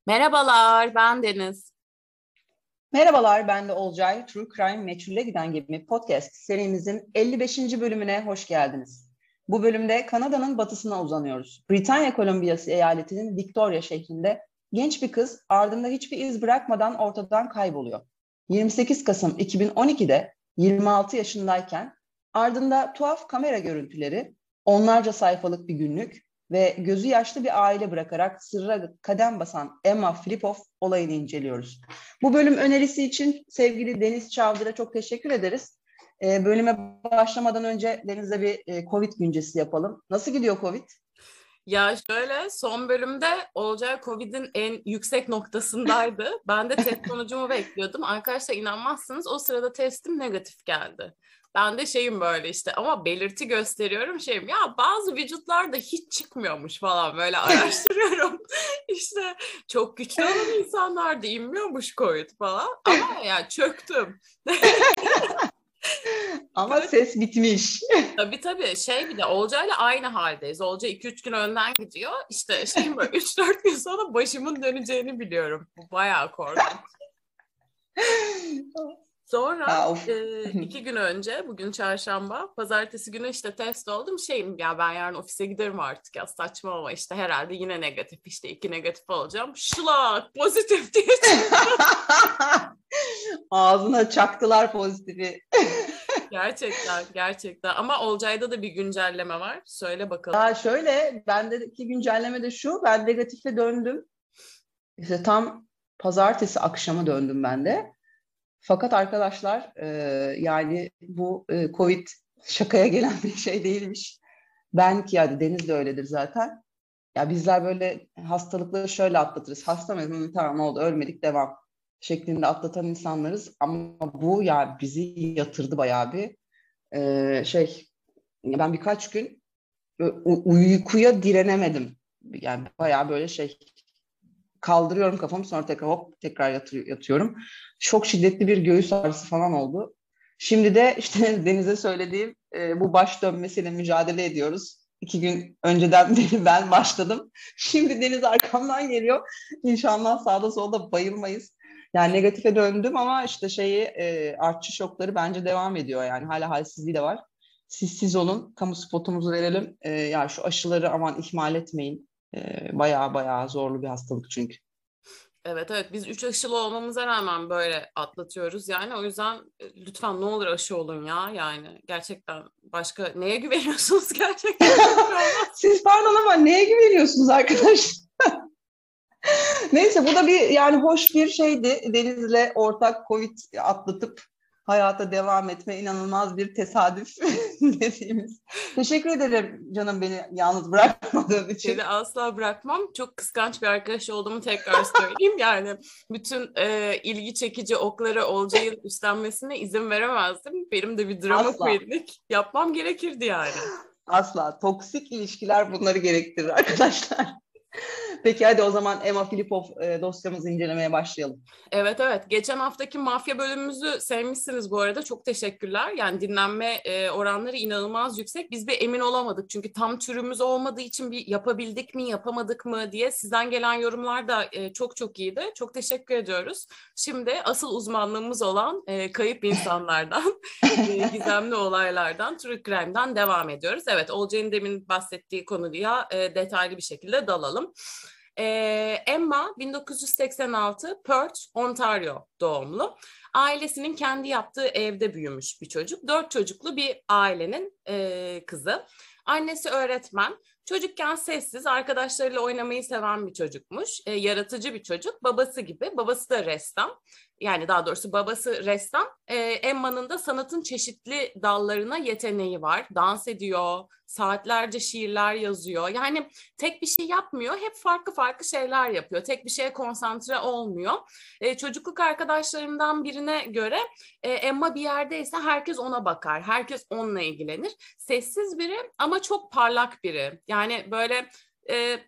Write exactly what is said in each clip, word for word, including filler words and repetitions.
Merhabalar, ben Deniz. Merhabalar, ben de Olcay. True Crime Meçhule Giden Gemi podcast serimizin elli beşinci bölümüne hoş geldiniz. Bu bölümde Kanada'nın batısına uzanıyoruz. Britanya Kolombiyası eyaletinin Victoria şehrinde genç bir kız ardında hiçbir iz bırakmadan ortadan kayboluyor. yirmi sekiz Kasım iki bin on ikide yirmi altı yaşındayken ardında tuhaf kamera görüntüleri, onlarca sayfalık bir günlük ve gözü yaşlı bir aile bırakarak sırra kadem basan Emma Filipov olayını inceliyoruz. Bu bölüm önerisi için sevgili Deniz Çavdar'a çok teşekkür ederiz. Ee, bölüme başlamadan önce Deniz'le bir e, Covid güncesi yapalım. Nasıl gidiyor Covid? Ya şöyle son bölümde Olcay Covid'in en yüksek noktasındaydı. Ben de test sonucumu bekliyordum. Arkadaşlar inanmazsınız o sırada testim negatif geldi. Ben de şeyim böyle işte ama belirti gösteriyorum şeyim ya bazı vücutlarda hiç çıkmıyormuş falan böyle araştırıyorum. İşte çok güçlü olan insanlarda inmiyormuş Covid falan ama ya çöktüm. Ama ses bitmiş. Tabii tabii şey bir de Olcay'la aynı haldeyiz. Olcay iki üç gün önden gidiyor. İşte şeyim böyle üç dört gün sonra başımın döneceğini biliyorum. Bu bayağı korkunç. Sonra Ha, e, iki gün önce, bugün çarşamba, pazartesi günü işte test oldum. Şeyim ya ben yarın ofise giderim artık ya saçmalama işte herhalde yine negatif işte iki negatif olacağım. Şlak pozitif diye Ağzına çaktılar pozitifi. Gerçekten gerçekten ama Olcay'da da bir güncelleme var. Söyle bakalım. Ya şöyle bendeki güncelleme de şu, ben negatife döndüm. İşte tam pazartesi akşamı döndüm ben de. Fakat arkadaşlar e, yani bu e, Covid şakaya gelen bir şey değilmiş. Ben ki yani Deniz de öyledir zaten. Ya bizler böyle hastalıkları şöyle atlatırız. Hasta mıyız? Tamam oldu ölmedik devam şeklinde atlatan insanlarız. Ama bu ya bizi yatırdı bayağı bir. E, şey ben birkaç gün u- uykuya direnemedim. Yani bayağı böyle şey kaldırıyorum kafamı sonra tekrar hop tekrar yatır, yatıyorum. Çok şiddetli bir göğüs ağrısı falan oldu. Şimdi de işte Deniz'e söylediğim e, bu baş dönmesiyle mücadele ediyoruz. İki gün önceden beri ben başladım. Şimdi Deniz arkamdan geliyor. İnşallah sağda solda bayılmayız. Yani negatife döndüm ama işte şeyi e, artçı şokları bence devam ediyor yani. Hala halsizliği de var. Siz siz olun. Kamu spotumuzu verelim. E, ya şu aşıları aman ihmal etmeyin. E, bayağı bayağı zorlu bir hastalık çünkü. Evet evet biz üç aşılı olmamıza rağmen böyle atlatıyoruz yani o yüzden e, lütfen ne olur aşı olun ya yani gerçekten başka neye güveniyorsunuz gerçekten Siz pardon ama neye güveniyorsunuz arkadaş? Neyse bu da bir yani hoş bir şeydi. Deniz'le ortak Covid atlatıp hayata devam etme inanılmaz bir tesadüf dediğimiz. Teşekkür ederim canım beni yalnız bırakmadığın için. Seni asla bırakmam. Çok kıskanç bir arkadaş olduğumu tekrar söyleyeyim. Yani bütün e, ilgi çekici okları Olcay'ın üstlenmesine izin veremezdim. Benim de bir drama Asla. queenlik yapmam gerekirdi yani. Asla. Toksik ilişkiler bunları gerektirir arkadaşlar. Peki hadi o zaman Emma Filipov e, dosyamızı incelemeye başlayalım. Evet evet. Geçen haftaki mafya bölümümüzü sevmişsiniz bu arada. Çok teşekkürler. Yani dinlenme e, oranları inanılmaz yüksek. Biz bir emin olamadık. Çünkü tam türümüz olmadığı için bir yapabildik mi, yapamadık mı diye sizden gelen yorumlar da e, çok çok iyiydi. Çok teşekkür ediyoruz. Şimdi asıl uzmanlığımız olan e, kayıp insanlardan, e, gizemli olaylardan, true crime'dan devam ediyoruz. Evet, Olcay'ın demin bahsettiği konuya e, detaylı bir şekilde dalalım. Ee, Emma bin dokuz yüz seksen altı Perth, Ontario doğumlu. Ailesinin kendi yaptığı evde büyümüş bir çocuk. Dört çocuklu bir ailenin e, kızı. Annesi öğretmen. Çocukken sessiz, arkadaşlarıyla oynamayı seven bir çocukmuş. E, yaratıcı bir çocuk. Babası gibi. Babası da ressam. Yani daha doğrusu babası ressam. E, Emma'nın da sanatın çeşitli dallarına yeteneği var. Dans ediyor, saatlerce şiirler yazıyor. Yani tek bir şey yapmıyor. Hep farklı farklı şeyler yapıyor. Tek bir şeye konsantre olmuyor. E, çocukluk arkadaşlarımdan birine göre e, Emma bir yerdeyse herkes ona bakar. Herkes onunla ilgilenir. Sessiz biri ama çok parlak biri. Yani böyle e,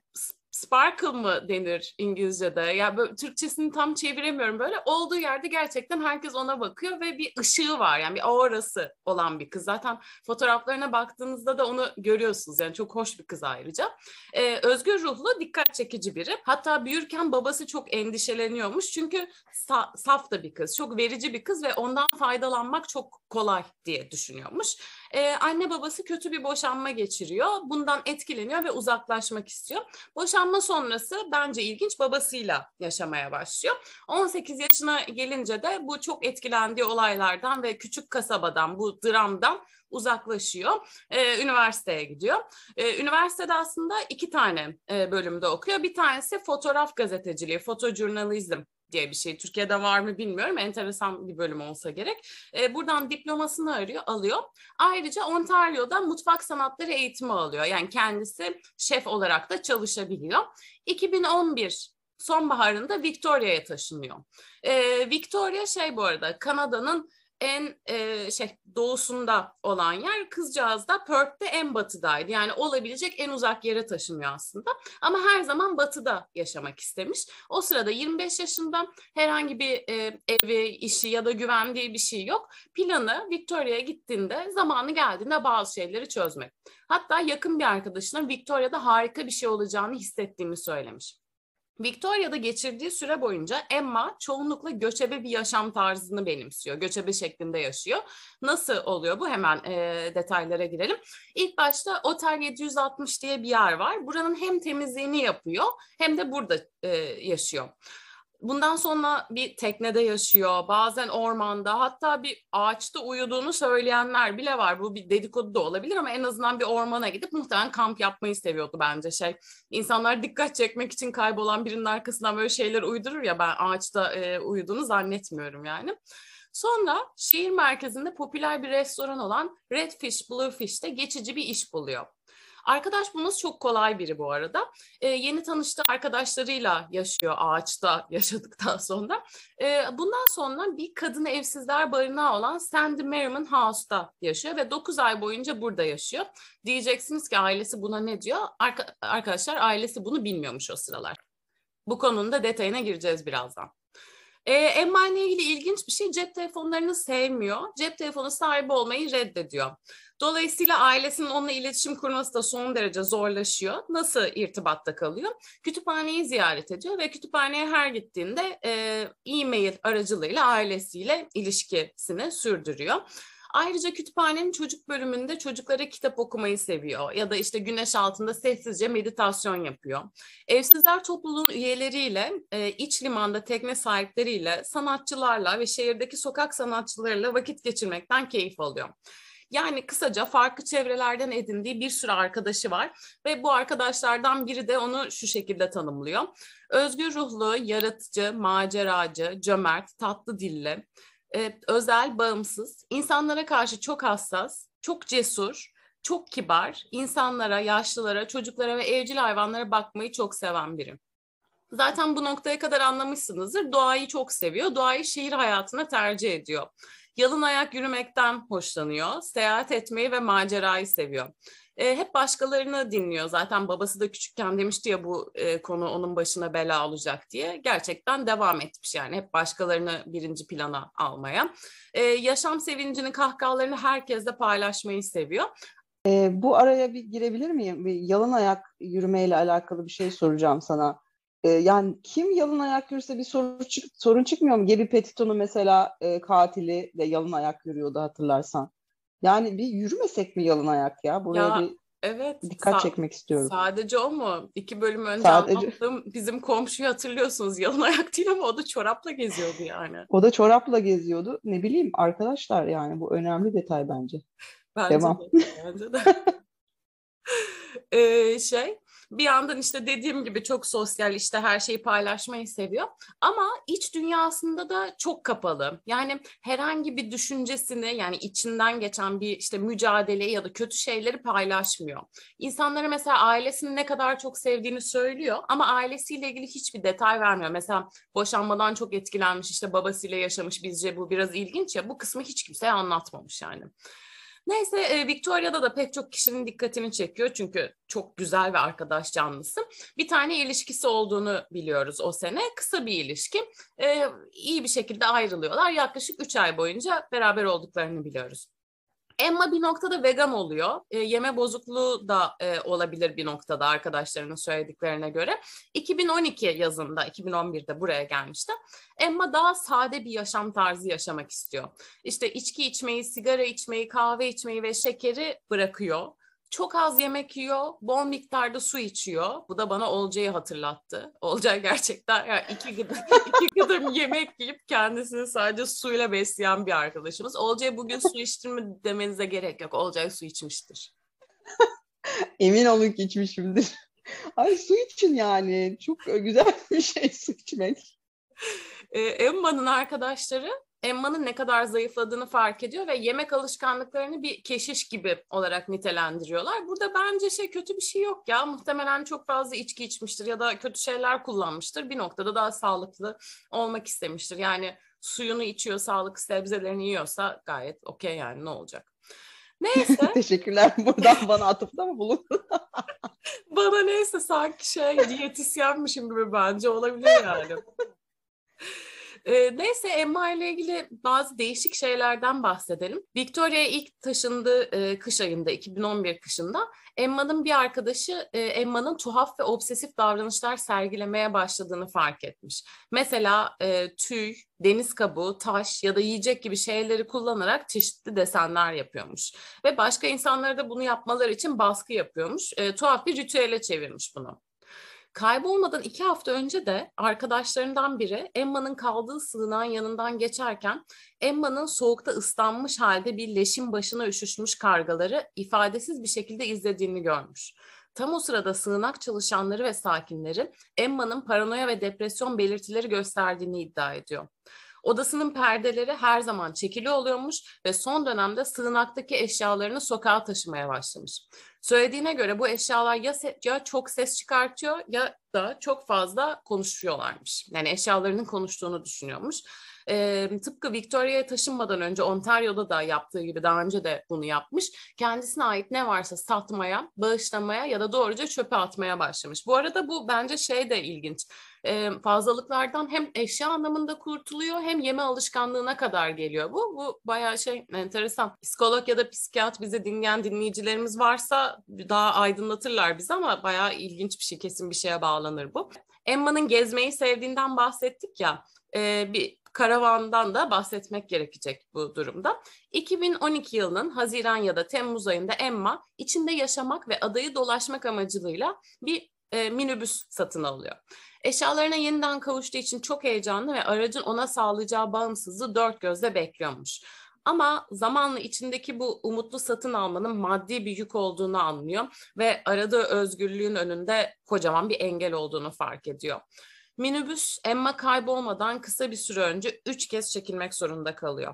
sparkle mı denir İngilizce'de? Ya yani böyle Türkçesini tam çeviremiyorum böyle. Olduğu yerde gerçekten herkes ona bakıyor ve bir ışığı var. Yani bir aurası olan bir kız. Zaten fotoğraflarına baktığınızda da onu görüyorsunuz. Yani çok hoş bir kız ayrıca. Ee, özgür ruhlu, dikkat çekici biri. Hatta büyürken babası çok endişeleniyormuş. Çünkü sa- saf da bir kız. Çok verici bir kız ve ondan faydalanmak çok kolay diye düşünüyormuş. Ee, anne babası kötü bir boşanma geçiriyor. Bundan etkileniyor ve uzaklaşmak istiyor. Boşanma sonrası bence ilginç, babasıyla yaşamaya başlıyor. on sekiz yaşına gelince de bu çok etkilendiği olaylardan ve küçük kasabadan, bu dramdan uzaklaşıyor. Ee, üniversiteye gidiyor. Ee, üniversitede aslında iki tane e, bölümde okuyor. Bir tanesi fotoğraf gazeteciliği, fotojurnalizm diye bir şey. Türkiye'de var mı bilmiyorum. Enteresan bir bölüm olsa gerek. E, buradan diplomasını arıyor, alıyor. Ayrıca Ontario'da mutfak sanatları eğitimi alıyor. Yani kendisi şef olarak da çalışabiliyor. iki bin on bir sonbaharında Victoria'ya taşınıyor. E, Victoria şey bu arada Kanada'nın en e, şey doğusunda olan yer. Kızcağız da Perth'te en batıdaydı. Yani olabilecek en uzak yere taşınıyor aslında. Ama her zaman batıda yaşamak istemiş. O sırada yirmi beş yaşında herhangi bir e, evi, işi ya da güvendiği bir şey yok. Planı Victoria'ya gittiğinde, zamanı geldiğinde bazı şeyleri çözmek. Hatta yakın bir arkadaşına Victoria'da harika bir şey olacağını hissettiğini söylemiş. Victoria'da geçirdiği süre boyunca Emma çoğunlukla göçebe bir yaşam tarzını benimsiyor. Göçebe şeklinde yaşıyor. Nasıl oluyor bu? Hemen e, detaylara girelim. İlk başta Otel yedi yüz altmış diye bir yer var. Buranın hem temizliğini yapıyor hem de burada e, yaşıyor. Bundan sonra bir teknede yaşıyor, bazen ormanda, hatta bir ağaçta uyuduğunu söyleyenler bile var. Bu bir dedikodu da olabilir ama en azından bir ormana gidip muhtemelen kamp yapmayı seviyordu bence şey. İnsanlar dikkat çekmek için kaybolan birinin arkasından böyle şeyler uydurur ya, ben ağaçta e, uyuduğunu zannetmiyorum yani. Sonra şehir merkezinde popüler bir restoran olan Red Fish, Blue Fish'te geçici bir iş buluyor. Arkadaş bulması çok kolay biri bu arada. Ee, yeni tanıştığı arkadaşlarıyla yaşıyor ağaçta yaşadıktan sonra. Ee, bundan sonra bir kadın evsizler barınağı olan Sandy Merriman House'da yaşıyor ve dokuz ay boyunca burada yaşıyor. Diyeceksiniz ki ailesi buna ne diyor? Arka- arkadaşlar ailesi bunu bilmiyormuş o sıralar. Bu konunun da detayına gireceğiz birazdan. Ee, Emma ile ilgili ilginç bir şey, cep telefonlarını sevmiyor. Cep telefonu sahibi olmayı reddediyor. Dolayısıyla ailesinin onunla iletişim kurması da son derece zorlaşıyor. Nasıl irtibatta kalıyor? Kütüphaneyi ziyaret ediyor ve kütüphaneye her gittiğinde e, e-mail aracılığıyla ailesiyle ilişkisini sürdürüyor. Ayrıca kütüphanenin çocuk bölümünde çocuklara kitap okumayı seviyor ya da işte güneş altında sessizce meditasyon yapıyor. Evsizler topluluğun üyeleriyle, e, iç limanda tekne sahipleriyle, sanatçılarla ve şehirdeki sokak sanatçılarıyla vakit geçirmekten keyif alıyor. Yani kısaca farklı çevrelerden edindiği bir sürü arkadaşı var ve bu arkadaşlardan biri de onu şu şekilde tanımlıyor. Özgür ruhlu, yaratıcı, maceracı, cömert, tatlı dilli, e, özel, bağımsız, insanlara karşı çok hassas, çok cesur, çok kibar, insanlara, yaşlılara, çocuklara ve evcil hayvanlara bakmayı çok seven biri. Zaten bu noktaya kadar anlamışsınızdır. Doğayı çok seviyor. Doğayı şehir hayatına tercih ediyor. Yalın ayak yürümekten hoşlanıyor. Seyahat etmeyi ve macerayı seviyor. E, hep başkalarını dinliyor. Zaten babası da küçükken demişti ya bu e, konu onun başına bela olacak diye. Gerçekten devam etmiş yani. Hep başkalarını birinci plana almaya. E, yaşam sevincini, kahkahalarını herkesle paylaşmayı seviyor. E, bu araya bir girebilir miyim? Bir yalın ayak yürümeyle alakalı bir şey soracağım sana. E, yani kim yalın ayak yürüse bir sorun, çık sorun çıkmıyor mu? Gabby Petito'nun mesela e, katili de yalın ayak yürüyordu hatırlarsan. Yani bir yürümesek mi yalın ayak ya? Buraya Ya bir evet, dikkat sa- çekmek istiyorum. sadece o mu? İki bölüm önce Sadece anlattığım bizim komşuyu hatırlıyorsunuz. Yalın ayak değil ama o da çorapla geziyordu yani. o da çorapla geziyordu. Ne bileyim arkadaşlar, yani bu önemli detay bence. Bence Devam. de, bence de. Ee, şey bir yandan işte dediğim gibi çok sosyal, işte her şeyi paylaşmayı seviyor ama iç dünyasında da çok kapalı. Yani herhangi bir düşüncesini, yani içinden geçen bir işte mücadele ya da kötü şeyleri paylaşmıyor. İnsanlara mesela ailesini ne kadar çok sevdiğini söylüyor ama ailesiyle ilgili hiçbir detay vermiyor. Mesela boşanmadan çok etkilenmiş, işte babasıyla yaşamış, bizce bu biraz ilginç ya, bu kısmı hiç kimseye anlatmamış yani. Neyse e, Victoria'da da pek çok kişinin dikkatini çekiyor çünkü çok güzel ve arkadaş canlısı. Bir tane ilişkisi olduğunu biliyoruz o sene. Kısa bir ilişki. E, iyi bir şekilde ayrılıyorlar. Yaklaşık üç ay boyunca beraber olduklarını biliyoruz. Emma bir noktada vegan oluyor. E, yeme bozukluğu da e, olabilir bir noktada arkadaşlarının söylediklerine göre. iki bin on iki yazında, iki bin on birde buraya gelmişti. Emma daha sade bir yaşam tarzı yaşamak istiyor. İşte içki içmeyi, sigara içmeyi, kahve içmeyi ve şekeri bırakıyor. Çok az yemek yiyor, bol miktarda su içiyor. Bu da bana Olcay'ı hatırlattı. Olcay gerçekten yani iki gıdım, iki gıdım yemek yiyip kendisini sadece suyla besleyen bir arkadaşımız. Olcay bugün su içtin mi demenize gerek yok. Olcay su içmiştir. Emin olun ki içmişimdir. Ay su için yani. Çok güzel bir şey su içmek. Ee, Emma'nın arkadaşları Emma'nın ne kadar zayıfladığını fark ediyor ve yemek alışkanlıklarını bir keşiş gibi olarak nitelendiriyorlar. Burada bence şey kötü bir şey yok ya. Muhtemelen çok fazla içki içmiştir ya da kötü şeyler kullanmıştır. Bir noktada daha sağlıklı olmak istemiştir. Yani suyunu içiyor, sağlıklı sebzelerini yiyorsa gayet okey yani ne olacak? Neyse. Teşekkürler. Buradan bana atıfta mı bulundun? Bana neyse sanki şey diyetisyenmişim gibi bence olabilir yani. E, neyse Emma ile ilgili bazı değişik şeylerden bahsedelim. Victoria'ya ilk taşındığı e, kış ayında iki bin on bir kışında Emma'nın bir arkadaşı e, Emma'nın tuhaf ve obsesif davranışlar sergilemeye başladığını fark etmiş. Mesela e, tüy, deniz kabuğu, taş ya da yiyecek gibi şeyleri kullanarak çeşitli desenler yapıyormuş. Ve başka insanlara da bunu yapmaları için baskı yapıyormuş. E, tuhaf bir ritüele çevirmiş bunu. Kaybolmadan iki hafta önce de arkadaşlarından biri Emma'nın kaldığı sığınağın yanından geçerken Emma'nın soğukta ıslanmış halde bir leşin başına üşüşmüş kargaları ifadesiz bir şekilde izlediğini görmüş. Tam o sırada sığınak çalışanları ve sakinleri Emma'nın paranoya ve depresyon belirtileri gösterdiğini iddia ediyor. Odasının perdeleri her zaman çekili oluyormuş ve son dönemde sığınaktaki eşyalarını sokağa taşımaya başlamış. Söylediğine göre bu eşyalar ya, se- ya çok ses çıkartıyor ya da çok fazla konuşuyorlarmış. Yani eşyalarının konuştuğunu düşünüyormuş. Ee, tıpkı Victoria'ya taşınmadan önce Ontario'da da yaptığı gibi daha önce de bunu yapmış. Kendisine ait ne varsa satmaya, bağışlamaya ya da doğruca çöpe atmaya başlamış. Bu arada bu bence şey de ilginç. Ee, fazlalıklardan hem eşya anlamında kurtuluyor hem yeme alışkanlığına kadar geliyor bu. Bu bayağı şey enteresan. Psikolog ya da psikiyat bizi dinleyen dinleyicilerimiz varsa daha aydınlatırlar bizi ama bayağı ilginç bir şey, kesin bir şeye bağlanır bu. Emma'nın gezmeyi sevdiğinden bahsettik ya, e, bir karavandan da bahsetmek gerekecek bu durumda. iki bin on iki yılının Haziran ya da Temmuz ayında Emma içinde yaşamak ve adayı dolaşmak amacılığıyla bir e, minibüs satın alıyor. Eşyalarına yeniden kavuştuğu için çok heyecanlı ve aracın ona sağlayacağı bağımsızlığı dört gözle bekliyormuş. Ama zamanla içindeki bu umutlu satın almanın maddi bir yük olduğunu anlıyor ve aradığı özgürlüğün önünde kocaman bir engel olduğunu fark ediyor. Minibüs Emma kaybolmadan kısa bir süre önce üç kez çekilmek zorunda kalıyor.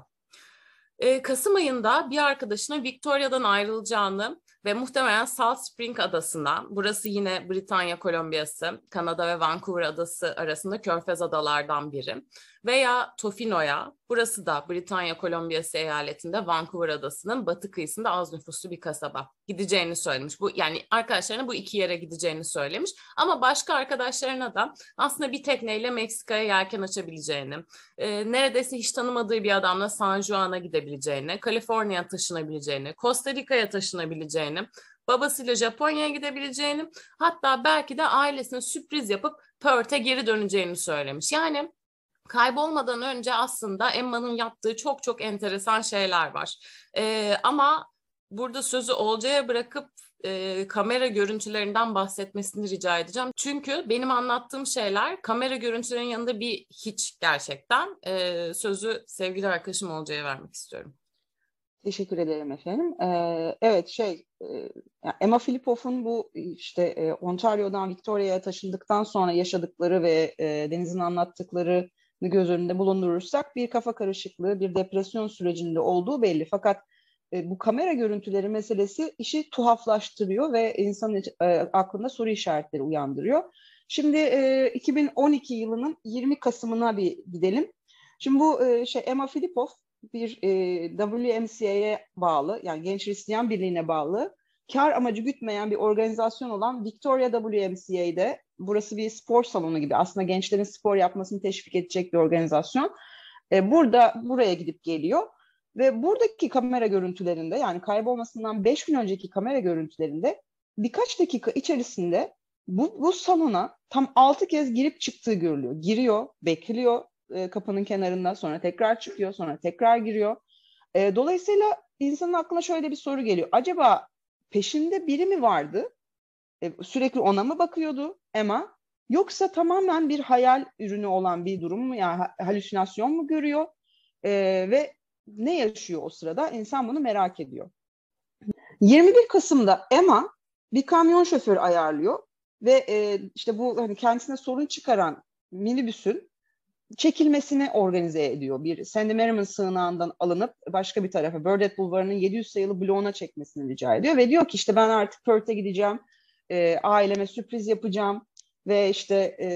Ee, Kasım ayında bir arkadaşına Victoria'dan ayrılacağını ve muhtemelen Salt Spring adasına, burası yine Britanya Kolombiyası, Kanada ve Vancouver adası arasında Körfez adalardan biri, veya Tofino'ya, burası da Britanya Kolombiyası eyaletinde Vancouver adasının batı kıyısında az nüfuslu bir kasaba, gideceğini söylemiş. Bu yani arkadaşlarına bu iki yere gideceğini söylemiş ama başka arkadaşlarına da aslında bir tekneyle Meksika'ya yelken açabileceğini, e, neredeyse hiç tanımadığı bir adamla San Juan'a gidebileceğini, Kaliforniya'ya taşınabileceğini, Costa Rica'ya taşınabileceğini, babasıyla Japonya'ya gidebileceğini, hatta belki de ailesine sürpriz yapıp Perth'e geri döneceğini söylemiş. Yani kaybolmadan önce aslında Emma'nın yaptığı çok çok enteresan şeyler var. Ee, ama burada sözü Olcay'a bırakıp e, kamera görüntülerinden bahsetmesini rica edeceğim. Çünkü benim anlattığım şeyler kamera görüntülerinin yanında bir hiç gerçekten. Ee, sözü sevgili arkadaşım Olcay'a vermek istiyorum. Teşekkür ederim efendim. Ee, evet şey, e, Emma Filipov'un bu işte e, Ontario'dan Victoria'ya taşındıktan sonra yaşadıkları ve e, Deniz'in anlattıklarını göz önünde bulundurursak bir kafa karışıklığı, bir depresyon sürecinde olduğu belli. Fakat e, bu kamera görüntüleri meselesi işi tuhaflaştırıyor ve insanın e, aklında soru işaretleri uyandırıyor. Şimdi e, iki bin on iki yılının yirmi Kasım'ına bir gidelim. Şimdi bu e, şey Emma Filipov bir e, W M C A'ya bağlı, yani Genç Hristiyan Birliği'ne bağlı, kar amacı gütmeyen bir organizasyon olan Victoria W M C A'de, burası bir spor salonu gibi, aslında gençlerin spor yapmasını teşvik edecek bir organizasyon. E, burada buraya gidip geliyor ve buradaki kamera görüntülerinde, yani kaybolmasından beş gün önceki kamera görüntülerinde birkaç dakika içerisinde bu, bu salona tam altı kez girip çıktığı görülüyor. Giriyor, bekliyor e, kapının kenarında, sonra tekrar çıkıyor, sonra tekrar giriyor. E, dolayısıyla insanın aklına şöyle bir soru geliyor. Acaba peşinde biri mi vardı? E, sürekli ona mı bakıyordu Emma? Yoksa tamamen bir hayal ürünü olan bir durum mu? Yani halüsinasyon mu görüyor? E, ve ne yaşıyor o sırada? İnsan bunu merak ediyor. yirmi bir Kasım'da Emma bir kamyon şoförü ayarlıyor ve e, işte bu hani kendisine sorun çıkaran minibüsün çekilmesini organize ediyor. Bir Sandy Merriman sığınağından alınıp başka bir tarafa, Burdett Bulvarı'nın yedi yüz sayılı bloğuna çekmesini rica ediyor ve diyor ki işte ben artık Perth'e gideceğim, e, aileme sürpriz yapacağım ve işte e,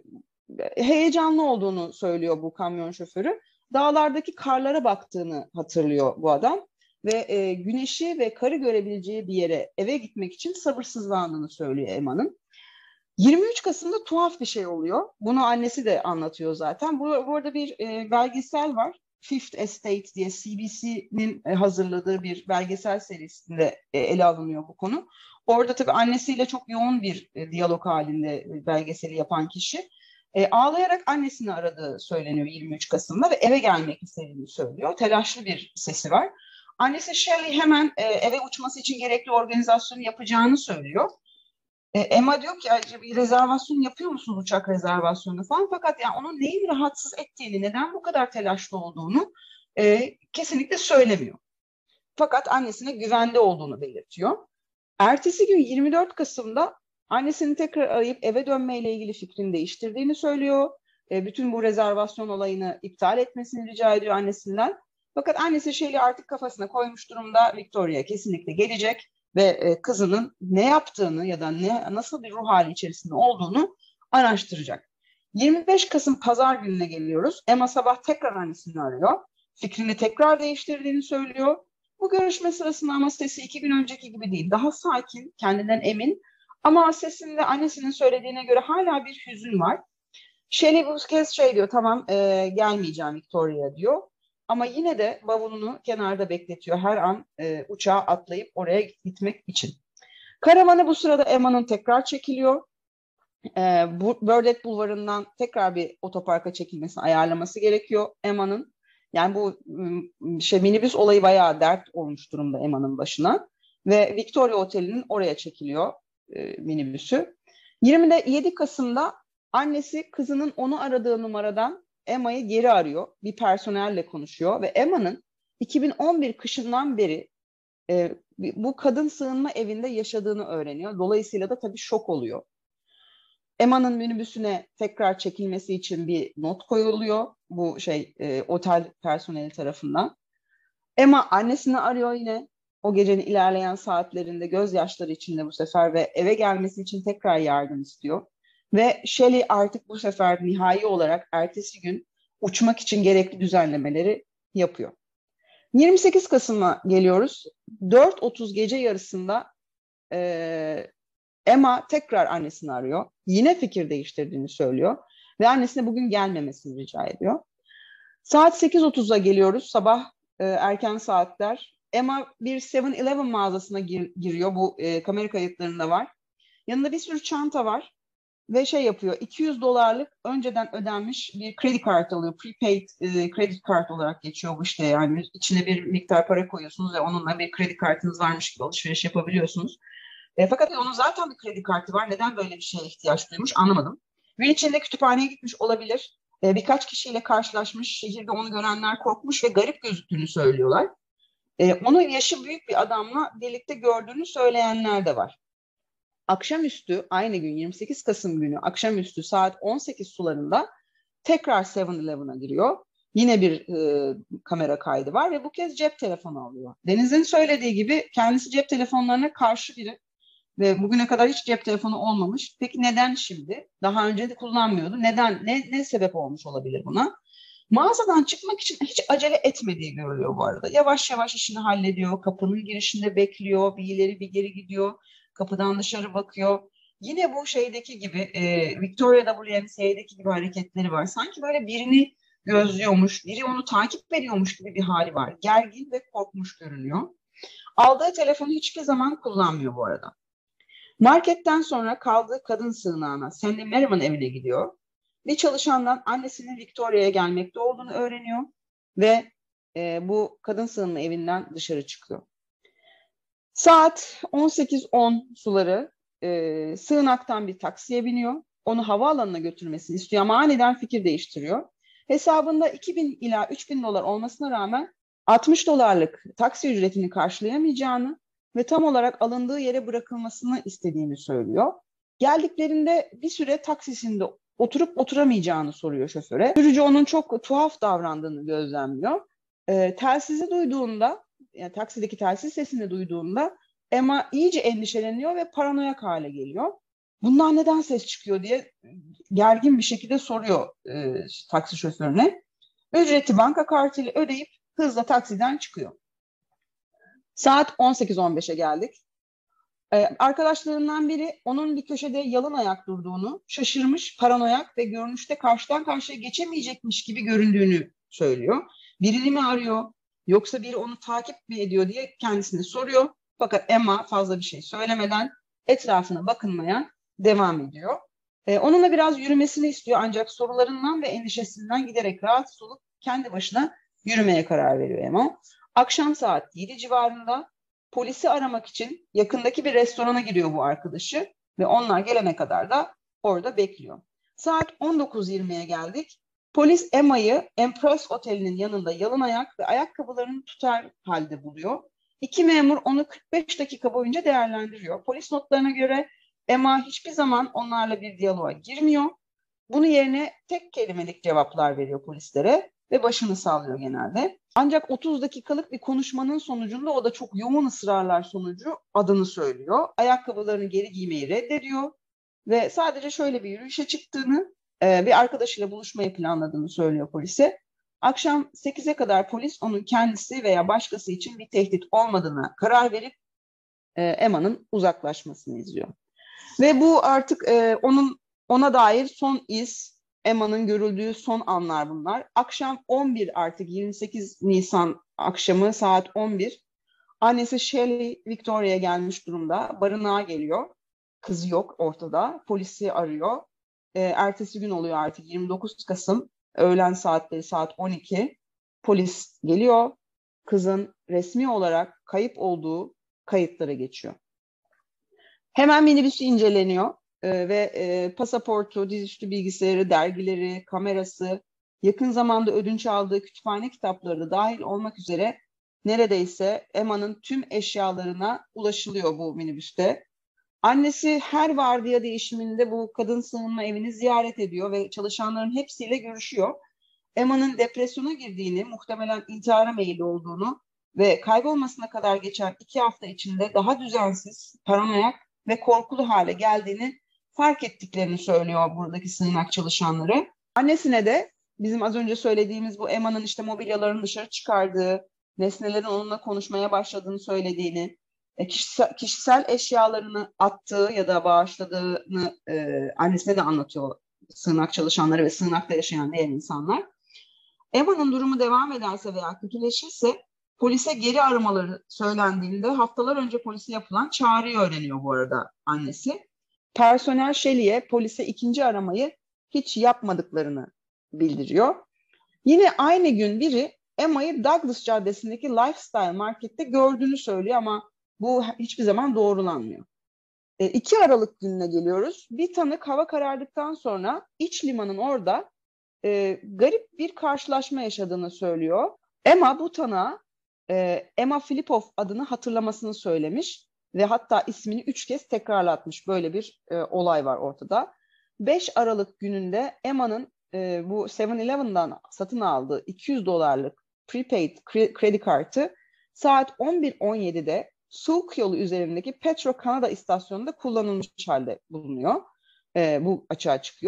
heyecanlı olduğunu söylüyor bu kamyon şoförü. Dağlardaki karlara baktığını hatırlıyor bu adam ve e, güneşi ve karı görebileceği bir yere eve gitmek için sabırsızlandığını söylüyor Emma'nın. yirmi üç Kasım'da tuhaf bir şey oluyor. Bunu annesi de anlatıyor zaten. Bu, burada bir e, belgesel var. Fifth Estate diye C B C'nin e, hazırladığı bir belgesel serisinde e, ele alınıyor bu konu. Orada tabii annesiyle çok yoğun bir e, diyalog halinde e, belgeseli yapan kişi. E, ağlayarak annesini aradığı söyleniyor yirmi üç Kasım'da ve eve gelmek istediğini söylüyor. Telaşlı bir sesi var. Annesi Shelley hemen e, eve uçması için gerekli organizasyonu yapacağını söylüyor. E, Emma diyor ki bir rezervasyon yapıyor musun, uçak rezervasyonu falan, fakat yani onun neyin rahatsız ettiğini, neden bu kadar telaşlı olduğunu e, kesinlikle söylemiyor. Fakat annesine güvende olduğunu belirtiyor. Ertesi gün yirmi dört Kasım'da annesini tekrar arayıp eve dönmeyle ilgili fikrini değiştirdiğini söylüyor. E, bütün bu rezervasyon olayını iptal etmesini rica ediyor annesinden. Fakat annesi Shelley artık kafasına koymuş durumda, Victoria kesinlikle gelecek ve kızının ne yaptığını ya da ne nasıl bir ruh hali içerisinde olduğunu araştıracak. yirmi beş Kasım Pazar gününe geliyoruz. Emma sabah tekrar annesini arıyor. Fikrini tekrar değiştirdiğini söylüyor. Bu görüşme sırasında ama sesi iki gün önceki gibi değil. Daha sakin, kendinden emin. Ama sesinde annesinin söylediğine göre hala bir hüzün var. Shelley bu kez şey diyor, tamam e, gelmeyeceğim Victoria diyor. Ama yine de bavulunu kenarda bekletiyor her an e, uçağa atlayıp oraya gitmek için. Karavanı bu sırada Emma'nın tekrar çekiliyor. E, Burdett Bulvarı'ndan tekrar bir otoparka çekilmesini ayarlaması gerekiyor Emma'nın. Yani bu şey minibüs olayı bayağı dert olmuş durumda Emma'nın başına. Ve Victoria Oteli'nin oraya çekiliyor e, minibüsü. yirmi yedi Kasım'da annesi kızının onu aradığı numaradan Emma'yı geri arıyor. Bir personelle konuşuyor ve Emma'nın iki bin on bir kışından beri e, bu kadın sığınma evinde yaşadığını öğreniyor. Dolayısıyla da tabii şok oluyor. Emma'nın minibüsüne tekrar çekilmesi için bir not koyuluyor bu şey e, otel personeli tarafından. Emma annesini arıyor yine. O gecenin ilerleyen saatlerinde gözyaşları içinde bu sefer ve eve gelmesi için tekrar yardım istiyor. Ve Shelley artık bu sefer nihai olarak ertesi gün uçmak için gerekli düzenlemeleri yapıyor. yirmi sekiz Kasım'a geliyoruz. dört otuz gece yarısında e, Emma tekrar annesini arıyor. Yine fikir değiştirdiğini söylüyor. Ve annesine bugün gelmemesini rica ediyor. Saat sekiz otuza geliyoruz. Sabah e, erken saatler. Emma bir seven eleven mağazasına gir, giriyor. Bu e, kamera kayıtlarında var. Yanında bir sürü çanta var. Ve şey yapıyor, iki yüz dolarlık önceden ödenmiş bir kredi kartı alıyor. Prepaid e, kredi kartı olarak geçiyor bu işte, yani içine bir miktar para koyuyorsunuz ve onunla bir kredi kartınız varmış gibi alışveriş yapabiliyorsunuz. E, fakat onun zaten bir kredi kartı var. Neden böyle bir şeye ihtiyaç duymuş anlamadım. Gün içinde kütüphaneye gitmiş olabilir. E, birkaç kişiyle karşılaşmış. Şehirde onu görenler korkmuş ve garip gözüktüğünü söylüyorlar. E, onun yaşı büyük bir adamla birlikte gördüğünü söyleyenler de var. Akşamüstü aynı gün yirmi sekiz Kasım günü akşamüstü saat on sekiz sularında tekrar seven eleven'a giriyor. Yine bir e, kamera kaydı var ve bu kez cep telefonu alıyor. Deniz'in söylediği gibi kendisi cep telefonlarına karşı biri ve bugüne kadar hiç cep telefonu olmamış. Peki neden şimdi? Daha önce de kullanmıyordu. Neden? Ne, ne sebep olmuş olabilir buna? Mağazadan çıkmak için hiç acele etmediği görülüyor bu arada. Yavaş yavaş işini hallediyor. Kapının girişinde bekliyor. Bir ileri bir geri gidiyor. Kapıdan dışarı bakıyor. Yine bu şeydeki gibi e, Victoria W M C'deki gibi hareketleri var. Sanki böyle birini gözlüyormuş, biri onu takip ediyormuş gibi bir hali var. Gergin ve korkmuş görünüyor. Aldığı telefonu hiçbir zaman kullanmıyor bu arada. Marketten sonra kaldığı kadın sığınağına, Sandy Merriman evine gidiyor. Bir çalışandan annesinin Victoria'ya gelmekte olduğunu öğreniyor ve e, bu kadın sığınma evinden dışarı çıkıyor. Saat on sekiz on suları e, sığınaktan bir taksiye biniyor. Onu havaalanına götürmesini istiyor ama aniden fikir değiştiriyor. Hesabında iki bin ila üç bin dolar olmasına rağmen altmış dolarlık taksi ücretini karşılayamayacağını ve tam olarak alındığı yere bırakılmasını istediğini söylüyor. Geldiklerinde bir süre taksisinde oturup oturamayacağını soruyor şoföre. Sürücü onun çok tuhaf davrandığını gözlemliyor. E, telsizi duyduğunda, yani taksideki telsiz sesini duyduğunda Emma iyice endişeleniyor ve paranoyak hale geliyor. Bundan neden ses çıkıyor diye gergin bir şekilde soruyor e, taksi şoförüne. Ücreti banka kartıyla ödeyip hızla taksiden çıkıyor. Saat on sekiz on beşe geldik. Ee, arkadaşlarından biri onun bir köşede yalın ayak durduğunu, şaşırmış, paranoyak ve görünüşte karşıdan karşıya geçemeyecekmiş gibi göründüğünü söylüyor. Birini mi arıyor, yoksa biri onu takip mi ediyor diye kendisine soruyor. Fakat Emma fazla bir şey söylemeden, etrafına bakınmaya devam ediyor. Ee, onunla biraz yürümesini istiyor ancak sorularından ve endişesinden giderek rahatsız olup kendi başına yürümeye karar veriyor Emma. Akşam saat yedi civarında polisi aramak için yakındaki bir restorana giriyor bu arkadaşı ve onlar gelene kadar da orada bekliyor. Saat on dokuz yirmiye geldik. Polis Emma'yı Empress Oteli'nin yanında yalın ayak ve ayakkabılarını tutar halde buluyor. İki memur onu kırk beş dakika boyunca değerlendiriyor. Polis notlarına göre Emma hiçbir zaman onlarla bir diyaloğa girmiyor. Bunun yerine tek kelimelik cevaplar veriyor polislere ve başını sallıyor genelde. Ancak otuz dakikalık bir konuşmanın sonucunda o da çok yoğun ısrarlar sonucu adını söylüyor. Ayakkabılarını geri giymeyi reddediyor ve sadece şöyle bir yürüyüşe çıktığını, bir arkadaşıyla buluşmayı planladığını söylüyor polise. Akşam sekize kadar polis onun kendisi veya başkası için bir tehdit olmadığına karar verip Emma'nın uzaklaşmasını izliyor. Ve bu artık onun ona dair son iz, Emma'nın görüldüğü son anlar bunlar. Akşam on bir artık yirmi sekiz Nisan akşamı saat on bir. Annesi Shelley Victoria'ya gelmiş durumda. Barınağa geliyor. Kızı yok ortada. Polisi arıyor. E, ertesi gün oluyor artık yirmi dokuz Kasım. Öğlen saatleri saat on iki. Polis geliyor. Kızın resmi olarak kayıp olduğu kayıtlara geçiyor. Hemen minibüsü inceleniyor. Ee, ve e, pasaportu, dizüstü bilgisayarı, dergileri, kamerası, yakın zamanda ödünç aldığı kütüphane kitapları da dahil olmak üzere neredeyse Emma'nın tüm eşyalarına ulaşılıyor bu minibüste. Annesi her vardiya değişiminde bu kadın sığınma evini ziyaret ediyor ve çalışanların hepsiyle görüşüyor. Emma'nın depresyona girdiğini, muhtemelen intihara meyilli olduğunu ve kaybolmasına kadar geçen iki hafta içinde daha düzensiz, paranoyak ve korkulu hale geldiğini fark ettiklerini söylüyor buradaki sığınak çalışanları. Annesine de bizim az önce söylediğimiz bu Emma'nın işte mobilyalarını dışarı çıkardığı, nesnelerin onunla konuşmaya başladığını söylediğini, kişisel, kişisel eşyalarını attığı ya da bağışladığını e, annesine de anlatıyor sığınak çalışanları ve sığınakta yaşayan diğer insanlar. Emma'nın durumu devam ederse veya kötüleşirse polise geri aramaları söylendiğinde haftalar önce polise yapılan çağrıyı öğreniyor bu arada annesi. Personel Shelley'e polise ikinci aramayı hiç yapmadıklarını bildiriyor. Yine aynı gün biri Emma'yı Douglas Caddesi'ndeki Lifestyle Market'te gördüğünü söylüyor ama bu hiçbir zaman doğrulanmıyor. E, iki Aralık gününe geliyoruz. Bir tanık hava karardıktan sonra iç limanın orada e, garip bir karşılaşma yaşadığını söylüyor. Emma bu tanığa e, Emma Filipov adını hatırlamasını söylemiş ve hatta ismini üç kez tekrarlatmış. Böyle bir e, olay var ortada. beş Aralık gününde Emma'nın e, bu seven eleven'dan satın aldığı iki yüz dolarlık prepaid kredi kartı saat on bir on yedide Sulk yolu üzerindeki Petro Kanada istasyonunda kullanılmış halde bulunuyor. E, bu açığa çıkıyor.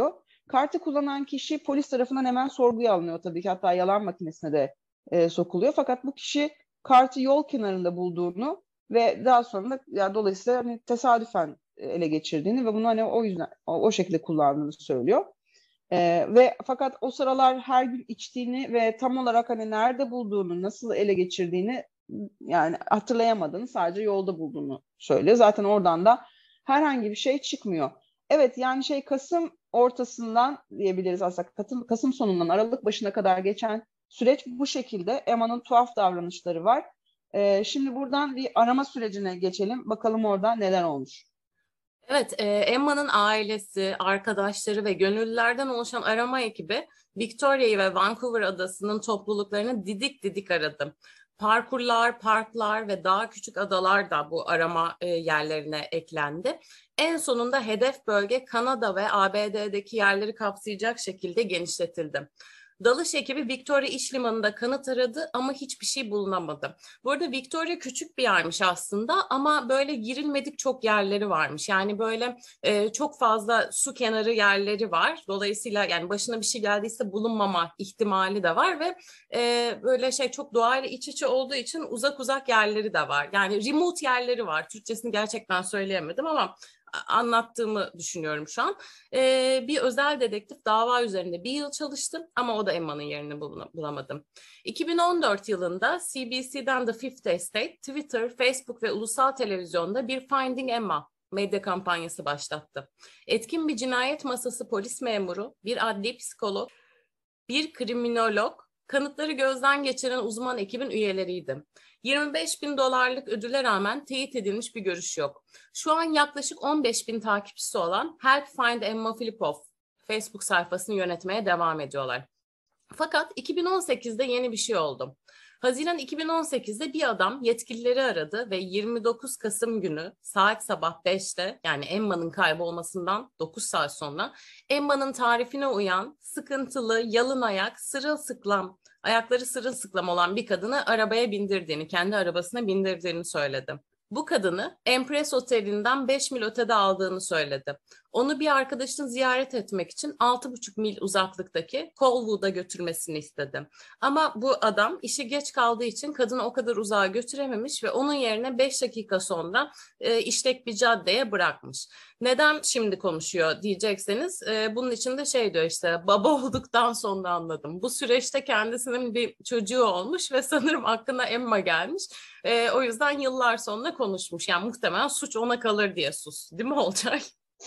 Kartı kullanan kişi polis tarafından hemen sorguya alınıyor tabii ki. Hatta yalan makinesine de e, sokuluyor. Fakat bu kişi kartı yol kenarında bulduğunu ve daha sonra da yani dolayısıyla hani tesadüfen ele geçirdiğini ve bunu hani o yüzden o, o şekilde kullandığını söylüyor. Ee, ve fakat o sıralar her gün içtiğini ve tam olarak hani nerede bulduğunu, nasıl ele geçirdiğini yani hatırlayamadığını, sadece yolda bulduğunu söylüyor. Zaten oradan da herhangi bir şey çıkmıyor. Evet, yani şey Kasım ortasından diyebiliriz aslında, Kasım, Kasım sonundan Aralık başına kadar geçen süreç bu şekilde. Emma'nın tuhaf davranışları var. Ee, şimdi buradan bir arama sürecine geçelim. Bakalım orada neler olmuş. Evet, e, Emma'nın ailesi, arkadaşları ve gönüllülerden oluşan arama ekibi Victoria'yı ve Vancouver adasının topluluklarını didik didik aradı. Parkurlar, parklar ve daha küçük adalar da bu arama e, yerlerine eklendi. En sonunda hedef bölge Kanada ve A B D'deki yerleri kapsayacak şekilde genişletildi. Dalış ekibi Victoria İş Limanı'nda kanıt aradı ama hiçbir şey bulunamadı. Bu arada Victoria küçük bir yermiş aslında ama böyle girilmedik çok yerleri varmış. Yani böyle e, çok fazla su kenarı yerleri var. Dolayısıyla yani başına bir şey geldiyse bulunmama ihtimali de var ve e, böyle şey çok doğayla iç içe olduğu için uzak uzak yerleri de var. Yani remote yerleri var. Türkçesini gerçekten söyleyemedim ama anlattığımı düşünüyorum şu an. Ee, bir özel dedektif dava üzerinde bir yıl çalıştı ama o da Emma'nın yerini bulamadım. iki bin on dört yılında C B C'den The Fifth Estate, Twitter, Facebook ve ulusal televizyonda bir Finding Emma medya kampanyası başlattı. Etkin bir cinayet masası polis memuru, bir adli psikolog, bir kriminolog, kanıtları gözden geçiren uzman ekibin üyeleriydi. yirmi beş bin dolarlık ödüle rağmen teyit edilmiş bir görüş yok. Şu an yaklaşık on beş bin takipçisi olan Help Find Emma Filipov Facebook sayfasını yönetmeye devam ediyorlar. Fakat iki bin on sekizde yeni bir şey oldu. Haziran iki bin on sekizde bir adam yetkilileri aradı ve yirmi dokuz Kasım günü saat sabah beşte yani Emma'nın kaybolmasından dokuz saat sonra Emma'nın tarifine uyan, sıkıntılı, yalın ayak, sırılsıklam, ayakları sırılsıklam olan bir kadını arabaya bindirdiğini, kendi arabasına bindirdiğini söyledi. Bu kadını Empress Oteli'nden beş mil ötede aldığını söyledi. Onu bir arkadaşını ziyaret etmek için altı buçuk mil uzaklıktaki Colwood'a götürmesini istedi. Ama bu adam işi geç kaldığı için kadını o kadar uzağa götürememiş ve onun yerine beş dakika sonra e, işlek bir caddeye bırakmış. Neden şimdi konuşuyor diyecekseniz e, bunun için de şey diyor işte baba olduktan sonra anladım. Bu süreçte kendisinin bir çocuğu olmuş ve sanırım aklına Emma gelmiş. E, o yüzden yıllar sonra konuşmuş. Yani muhtemelen suç ona kalır diye sus. Değil mi Olcay?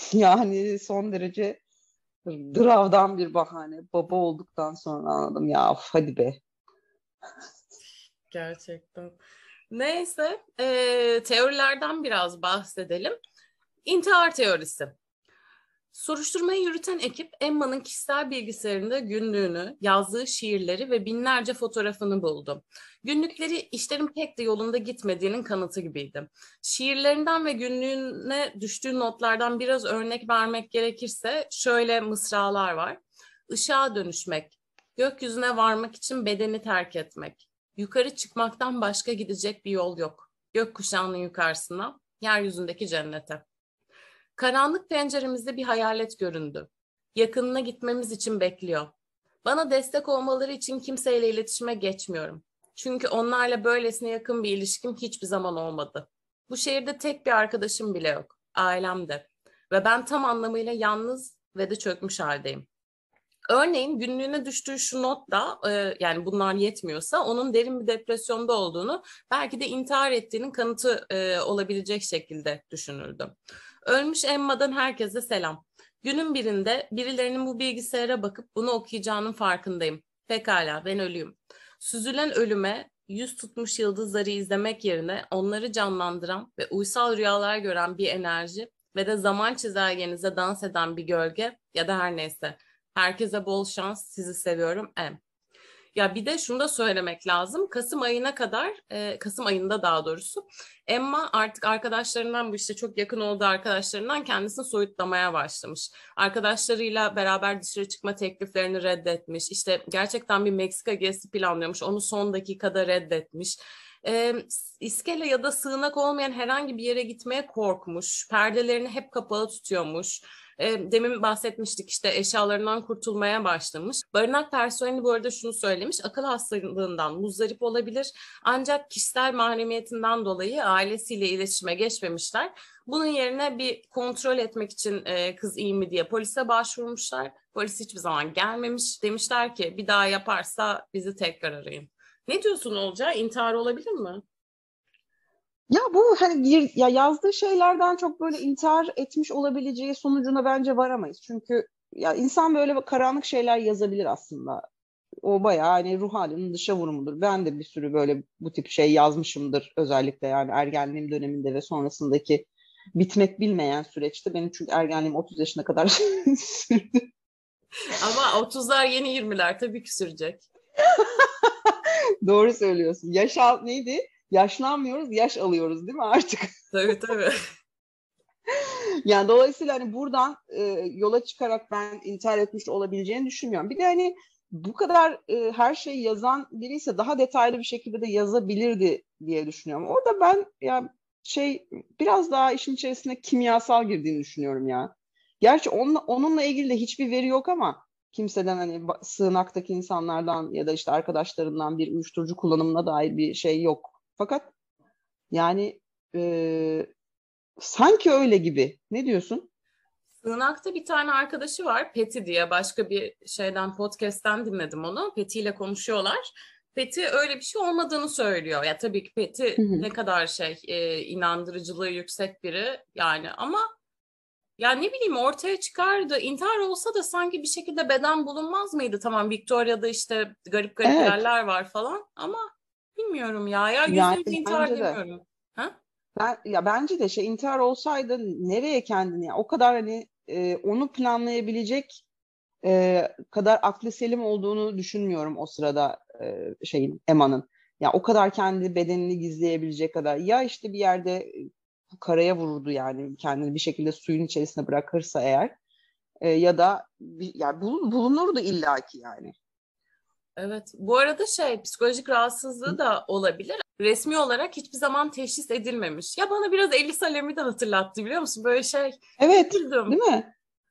Yani son derece dravdan bir bahane. Baba olduktan sonra anladım. Ya of, hadi be. Gerçekten. Neyse, e, teorilerden biraz bahsedelim. İntihar teorisi. Soruşturmayı yürüten ekip Emma'nın kişisel bilgisayarında günlüğünü, yazdığı şiirleri ve binlerce fotoğrafını buldu. Günlükleri işlerin pek de yolunda gitmediğinin kanıtı gibiydi. Şiirlerinden ve günlüğüne düştüğü notlardan biraz örnek vermek gerekirse şöyle mısralar var. Işığa dönüşmek, gökyüzüne varmak için bedeni terk etmek, yukarı çıkmaktan başka gidecek bir yol yok. Gökkuşağının yukarısına, yeryüzündeki cennete. Karanlık penceremizde bir hayalet göründü. Yakınına gitmemiz için bekliyor. Bana destek olmaları için kimseyle iletişime geçmiyorum. Çünkü onlarla böylesine yakın bir ilişkim hiçbir zaman olmadı. Bu şehirde tek bir arkadaşım bile yok. Ailem de. Ve ben tam anlamıyla yalnız ve de çökmüş haldeyim. Örneğin günlüğüne düştüğü şu not da e, yani bunlar yetmiyorsa onun derin bir depresyonda olduğunu belki de intihar ettiğinin kanıtı e, olabilecek şekilde düşünüldü. Ölmüş Emma'dan herkese selam. Günün birinde birilerinin bu bilgisayara bakıp bunu okuyacağının farkındayım. Pekala ben ölüyüm. Süzülen ölüme yüz tutmuş yıldızları izlemek yerine onları canlandıran ve uysal rüyalar gören bir enerji ve de zaman çizelgenize dans eden bir gölge ya da her neyse. Herkese bol şans, sizi seviyorum Em. Ya bir de şunu da söylemek lazım. Kasım ayına kadar, e, Kasım ayında daha doğrusu Emma artık arkadaşlarından bu işte çok yakın olduğu arkadaşlarından kendisini soyutlamaya başlamış. Arkadaşlarıyla beraber dışarı çıkma tekliflerini reddetmiş. İşte gerçekten bir Meksika gezisi planlıyormuş. Onu son dakikada reddetmiş. E, iskele ya da sığınak olmayan herhangi bir yere gitmeye korkmuş. Perdelerini hep kapalı tutuyormuş. E, demin bahsetmiştik işte eşyalarından kurtulmaya başlamış. Barınak personeli bu arada şunu söylemiş. Akıl hastalığından muzdarip olabilir. Ancak kişisel mahremiyetinden dolayı ailesiyle iletişime geçmemişler. Bunun yerine bir kontrol etmek için e, kız iyi mi diye polise başvurmuşlar. Polis hiçbir zaman gelmemiş. Demişler ki bir daha yaparsa bizi tekrar arayın. Ne diyorsun Olcay? İntihar olabilir mi? Ya bu hani gir, ya yazdığı şeylerden çok böyle intihar etmiş olabileceği sonucuna bence varamayız. Çünkü ya insan böyle karanlık şeyler yazabilir aslında. O bayağı hani ruh halinin dışa vurumudur. Ben de bir sürü böyle bu tip şey yazmışımdır, özellikle yani ergenliğim döneminde ve sonrasındaki bitmek bilmeyen süreçte. Benim çünkü ergenliğim otuz yaşına kadar sürdü. Ama otuzlar yeni yirmiler tabii ki sürecek. Doğru söylüyorsun. Yaş al neydi? Yaşlanmıyoruz, yaş alıyoruz değil mi artık? Tabii tabii. Yani dolayısıyla hani buradan e, yola çıkarak ben intihar etmiş olabileceğini düşünmüyorum. Bir de hani bu kadar e, her şeyi yazan biri ise daha detaylı bir şekilde de yazabilirdi diye düşünüyorum. Orada ben ya şey biraz daha işin içerisine kimyasal girdiğini düşünüyorum ya. Gerçi onunla, onunla ilgili de hiçbir veri yok ama kimseden hani ba- sığınaktaki insanlardan ya da işte arkadaşlarından bir uyuşturucu kullanımına dair bir şey yok. Fakat yani e, sanki öyle gibi. Ne diyorsun? Sığınak'ta bir tane arkadaşı var, Peti diye, başka bir şeyden, podcast'ten dinledim onu. Peti ile konuşuyorlar. Peti öyle bir şey olmadığını söylüyor. Ya tabii ki Hı Peti hı. ne kadar şey e, inandırıcılığı yüksek biri yani, ama ya ne bileyim ortaya çıkardı. İntihar olsa da sanki bir şekilde beden bulunmaz mıydı? Tamam, Victoria'da işte garip garip Evet. yerler var falan ama bilmiyorum ya. Ya yüzde Yani yüz intihar bence de. demiyorum. Ha? Ben, ya bence de şey intihar olsaydı nereye kendini ya o kadar hani e, onu planlayabilecek e, kadar aklı selim olduğunu düşünmüyorum o sırada e, şeyin Emma'nın. Ya o kadar kendi bedenini gizleyebilecek kadar ya işte bir yerde e, karaya vururdu yani kendini bir şekilde suyun içerisine bırakırsa eğer e, ya da bir, yani bulun, bulunurdu illaki yani. Evet. Bu arada şey, psikolojik rahatsızlığı da olabilir. Resmi olarak hiçbir zaman teşhis edilmemiş. Ya bana biraz Ellis Alem'i de hatırlattı, biliyor musun? Böyle şey, Evet, üzüldüm. değil mi?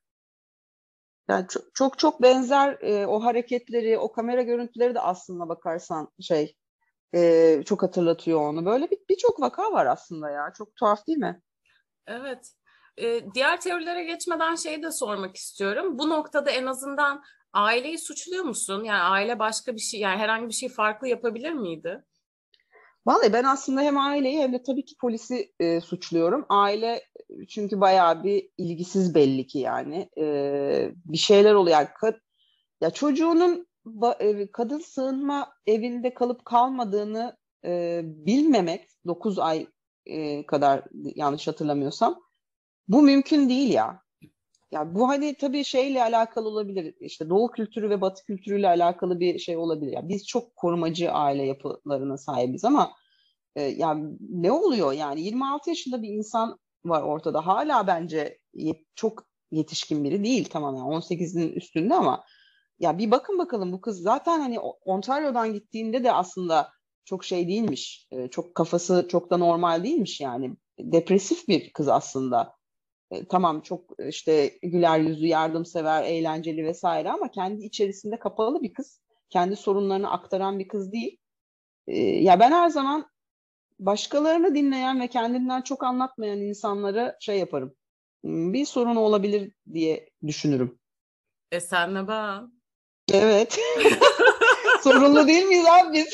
Yani çok çok, çok benzer e, o hareketleri, o kamera görüntüleri de aslında bakarsan şey e, çok hatırlatıyor onu. Böyle bir birçok vaka var aslında ya. Çok tuhaf değil mi? Evet. Ee, diğer teorilere geçmeden şeyi de sormak istiyorum. Bu noktada en azından aileyi suçluyor musun? Yani aile başka bir şey, yani herhangi bir şey farklı yapabilir miydi? Vallahi ben aslında hem aileyi hem de tabii ki polisi e, suçluyorum. Aile çünkü bayağı bir ilgisiz belli ki yani. E, bir şeyler oluyor. Yani kad- ya çocuğunun ba- e, kadın sığınma evinde kalıp kalmadığını e, bilmemek dokuz ay e, kadar yanlış hatırlamıyorsam bu mümkün değil ya. Ya bu hani tabii şeyle alakalı olabilir. İşte Doğu kültürü ve Batı kültürüyle alakalı bir şey olabilir. Ya biz çok korumacı aile yapılarına sahibiz ama e, ya ne oluyor yani yirmi altı yaşında bir insan var ortada. Hala bence ye- çok yetişkin biri değil, tamam yani on sekizin üstünde ama ya bir bakın bakalım bu kız zaten hani O- Ontario'dan gittiğinde de aslında çok şey değilmiş. E, çok kafası çok da normal değilmiş yani. Depresif bir kız aslında. E, tamam çok işte güler yüzlü, yardımsever, eğlenceli vesaire ama kendi içerisinde kapalı bir kız. Kendi sorunlarını aktaran bir kız değil. E, ya ben her zaman başkalarını dinleyen ve kendinden çok anlatmayan insanlara şey yaparım. Hmm, Bir sorun olabilir diye düşünürüm. E senle ben. Evet. Sorunlu değil miyiz abi biz?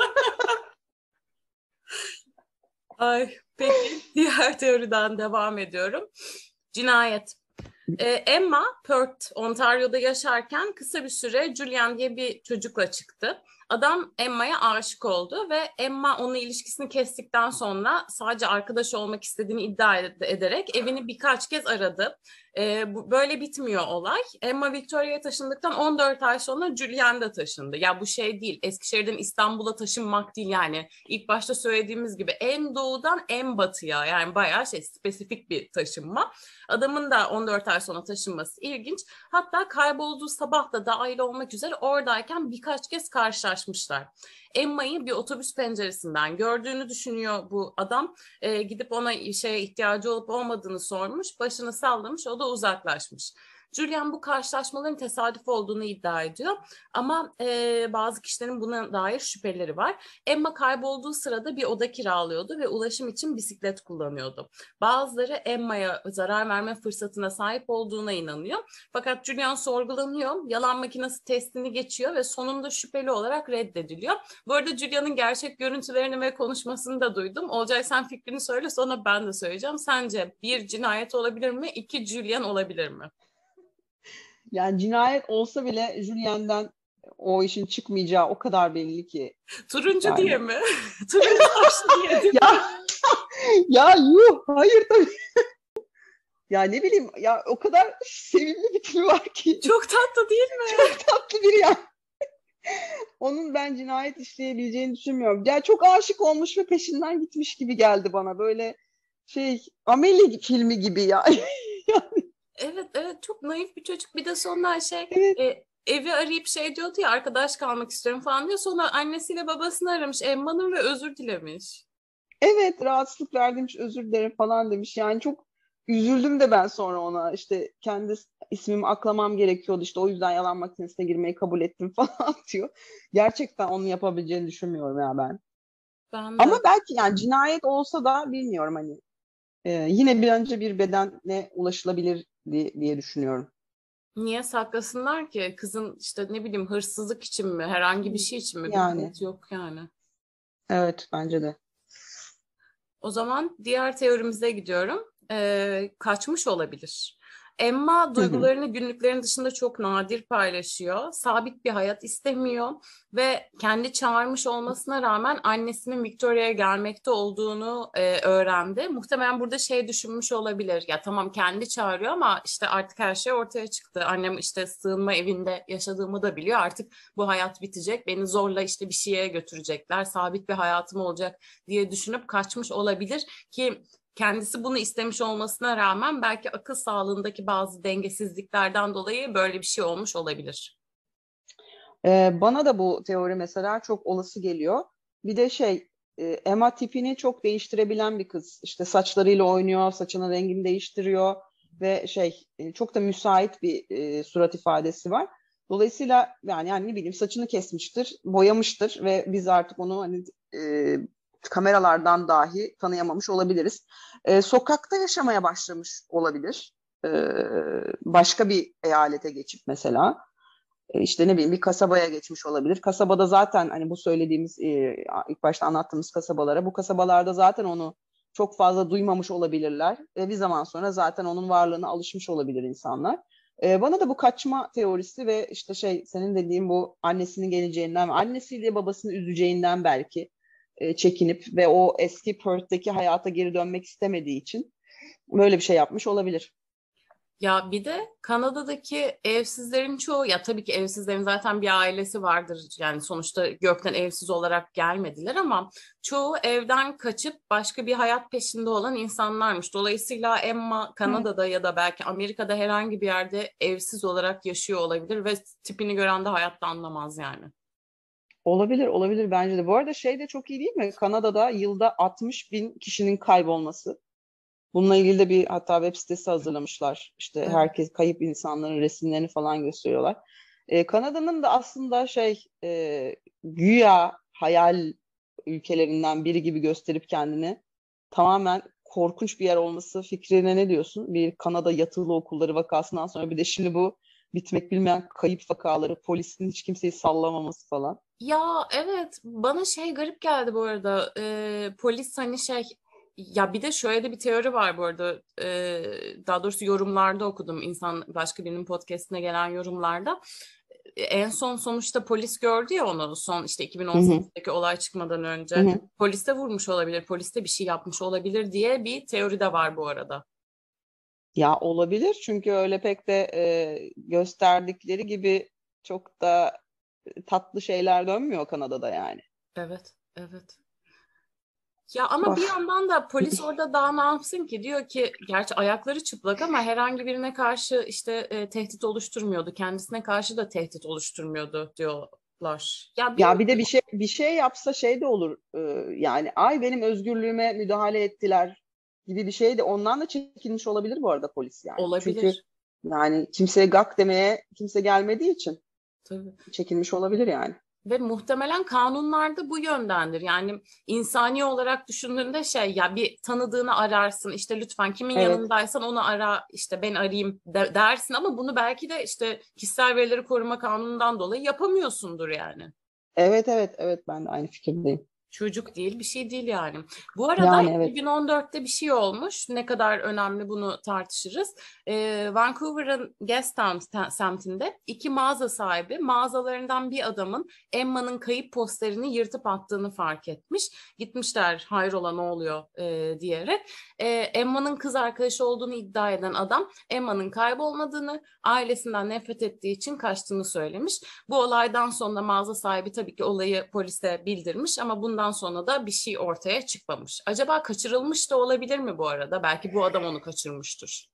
Ay, peki diğer teoriden devam ediyorum. Cinayet. Ee, Emma Perth, Ontario'da yaşarken kısa bir süre Julian diye bir çocukla çıktı. Adam Emma'ya aşık oldu ve Emma onunla ilişkisini kestikten sonra sadece arkadaş olmak istediğini iddia ed- ederek evini birkaç kez aradı. Ee, bu, böyle bitmiyor olay. Emma Victoria'ya taşındıktan on dört ay sonra Julian da taşındı. Ya bu şey değil, Eskişehir'den İstanbul'a taşınmak değil yani. İlk başta söylediğimiz gibi en doğudan en batıya, yani bayağı şey, spesifik bir taşınma. Adamın da on dört ay sonra taşınması ilginç. Hatta kaybolduğu sabah da dahil olmak üzere oradayken birkaç kez karşılaşmışlar. Emma'yı bir otobüs penceresinden gördüğünü düşünüyor bu adam. Ee, gidip ona şeye ihtiyacı olup olmadığını sormuş. Başını sallamış. O da da uzaklaşmış. Julian bu karşılaşmaların tesadüf olduğunu iddia ediyor ama e, bazı kişilerin buna dair şüpheleri var. Emma kaybolduğu sırada bir oda kiralıyordu ve ulaşım için bisiklet kullanıyordu. Bazıları Emma'ya zarar verme fırsatına sahip olduğuna inanıyor. Fakat Julian sorgulanıyor, yalan makinesi testini geçiyor ve sonunda şüpheli olarak reddediliyor. Bu arada Julian'ın gerçek görüntülerini ve konuşmasını da duydum. Olcay sen fikrini söyle, sonra ben de söyleyeceğim. Sence bir cinayet olabilir mi? İki Julian olabilir mi? Yani cinayet olsa bile Julien'den o işin çıkmayacağı o kadar belli ki. Turuncu yani. diye mi? Turuncu saçlı diye değil mi? ya, ya yuh hayır tabii. Ya ne bileyim ya o kadar sevimli bir tipi var ki. Çok tatlı değil mi? Çok tatlı biri ya. Onun ben cinayet işleyebileceğini düşünmüyorum. Ya çok aşık olmuş ve peşinden gitmiş gibi geldi bana. Böyle şey Amelie filmi gibi ya. yani. Evet evet çok naif bir çocuk. Bir de sonra şey Evet. e, evi arayıp şey diyordu ya, arkadaş kalmak istiyorum falan diyor. Sonra annesiyle babasını aramış Emma'nın ve özür dilemiş. Evet rahatsızlık verdiğim için özür dilerim falan demiş. Yani çok üzüldüm de ben sonra ona. İşte kendi ismimi aklamam gerekiyordu. İşte o yüzden yalan makinesine girmeyi kabul ettim falan diyor. Gerçekten onu yapabileceğini düşünmüyorum ya ben. Ben Ama de. belki yani cinayet olsa da bilmiyorum hani. Ee, yine bir önce bir bedene ulaşılabilir diye, diye düşünüyorum. Niye saklasınlar ki? Kızın işte ne bileyim hırsızlık için mi? Herhangi bir şey için mi? Bir Yani kanıt yok yani. evet bence de. O zaman diğer teorimize gidiyorum. Ee, kaçmış olabilir. Emma Hı hı. duygularını günlüklerin dışında çok nadir paylaşıyor. Sabit bir hayat istemiyor ve kendi çağırmış olmasına rağmen annesinin Victoria'ya gelmekte olduğunu e, öğrendi. Muhtemelen burada şey düşünmüş olabilir. Ya tamam kendi çağırıyor ama işte artık her şey ortaya çıktı. Annem işte sığınma evinde yaşadığımı da biliyor. Artık bu hayat bitecek. Beni zorla işte bir şeye götürecekler. Sabit bir hayatım olacak diye düşünüp kaçmış olabilir ki kendisi bunu istemiş olmasına rağmen belki akıl sağlığındaki bazı dengesizliklerden dolayı böyle bir şey olmuş olabilir. Ee, bana da bu teori mesela çok olası geliyor. Bir de şey e, Emma tipini çok değiştirebilen bir kız. İşte saçlarıyla oynuyor, saçının rengini değiştiriyor ve şey e, çok da müsait bir e, surat ifadesi var. Dolayısıyla yani, yani ne bileyim saçını kesmiştir, boyamıştır ve biz artık onu hani e, kameralardan dahi tanıyamamış olabiliriz. E, sokakta yaşamaya başlamış olabilir. E, başka bir eyalete geçip mesela. E, işte ne bileyim bir kasabaya geçmiş olabilir. Kasabada zaten hani bu söylediğimiz e, ilk başta anlattığımız kasabalara bu kasabalarda zaten onu çok fazla duymamış olabilirler. E, bir zaman sonra zaten onun varlığına alışmış olabilir insanlar. E, bana da bu kaçma teorisi ve işte şey senin dediğin bu annesinin geleceğinden ve annesiyle babasını üzeceğinden belki e, çekinip ve o eski Perth'teki hayata geri dönmek istemediği için böyle bir şey yapmış olabilir. Ya bir de Kanada'daki evsizlerin çoğu, ya tabii ki evsizlerin zaten bir ailesi vardır. Yani sonuçta gökten evsiz olarak gelmediler ama çoğu evden kaçıp başka bir hayat peşinde olan insanlarmış. Dolayısıyla Emma Evet. Kanada'da ya da belki Amerika'da herhangi bir yerde evsiz olarak yaşıyor olabilir ve tipini gören de hayatta anlamaz yani. Olabilir, olabilir bence de. Bu arada şey de çok iyi değil mi? Kanada'da yılda altmış bin kişinin kaybolması. Bununla ilgili de bir hatta web sitesi hazırlamışlar. İşte Evet. herkes kayıp insanların resimlerini falan gösteriyorlar. Ee, Kanada'nın da aslında şey e, güya hayal ülkelerinden biri gibi gösterip kendini tamamen korkunç bir yer olması fikrine ne diyorsun? Bir Kanada yatılı okulları vakasından sonra bir de şimdi bu bitmek bilmeyen kayıp vakaları, polisin hiç kimseyi sallamaması falan. Ya evet, bana şey garip geldi bu arada. Ee, polis hani şey, ya bir de şöyle de bir teori var bu arada. Ee, daha doğrusu yorumlarda okudum, insan başka birinin podcastine gelen yorumlarda. Ee, en son sonuçta polis gördü ya onu, son işte Hı hı, iki bin on sekizdeki olay çıkmadan hı önce hı. polise vurmuş olabilir, poliste bir şey yapmış olabilir diye bir teori de var bu arada. Ya olabilir çünkü öyle pek de e, gösterdikleri gibi çok da tatlı şeyler dönmüyor Kanada'da yani. Evet, evet. Ya ama bir Of. yandan da polis orada daha ne yapsın ki? Diyor ki gerçi ayakları çıplak ama herhangi birine karşı işte e, tehdit oluşturmuyordu. Kendisine karşı da tehdit oluşturmuyordu diyorlar. Ya Ya bir de bilmiyorum. bir şey bir şey yapsa şey de olur. e, yani ay benim özgürlüğüme müdahale ettiler. gibi bir şey de ondan da çekilmiş olabilir bu arada polis yani. Olabilir. Çünkü yani kimseye gak demeye kimse gelmediği için Tabii. çekilmiş olabilir yani. Ve muhtemelen kanunlarda bu yöndendir. Yani insani olarak düşündüğünde şey ya bir tanıdığını ararsın işte lütfen kimin Evet. yanındaysan onu ara işte ben arayayım de, dersin ama bunu belki de işte kişisel verileri koruma kanunundan dolayı yapamıyorsundur yani. Evet evet evet ben de aynı fikirdeyim. Çocuk değil, bir şey değil yani. Bu arada Yani evet. iki bin on dörtte bir şey olmuş. Ne kadar önemli bunu tartışırız. Ee, Vancouver'ın Gastown semtinde iki mağaza sahibi mağazalarından bir adamın Emma'nın kayıp posterini yırtıp attığını fark etmiş. Gitmişler hayrola ne oluyor e, diyerek. E, Emma'nın kız arkadaşı olduğunu iddia eden adam Emma'nın kaybolmadığını, ailesinden nefret ettiği için kaçtığını söylemiş. Bu olaydan sonra mağaza sahibi tabii ki olayı polise bildirmiş ama bundan sonra da bir şey ortaya çıkmamış. Acaba kaçırılmış da olabilir mi bu arada? Belki bu adam onu kaçırmıştır.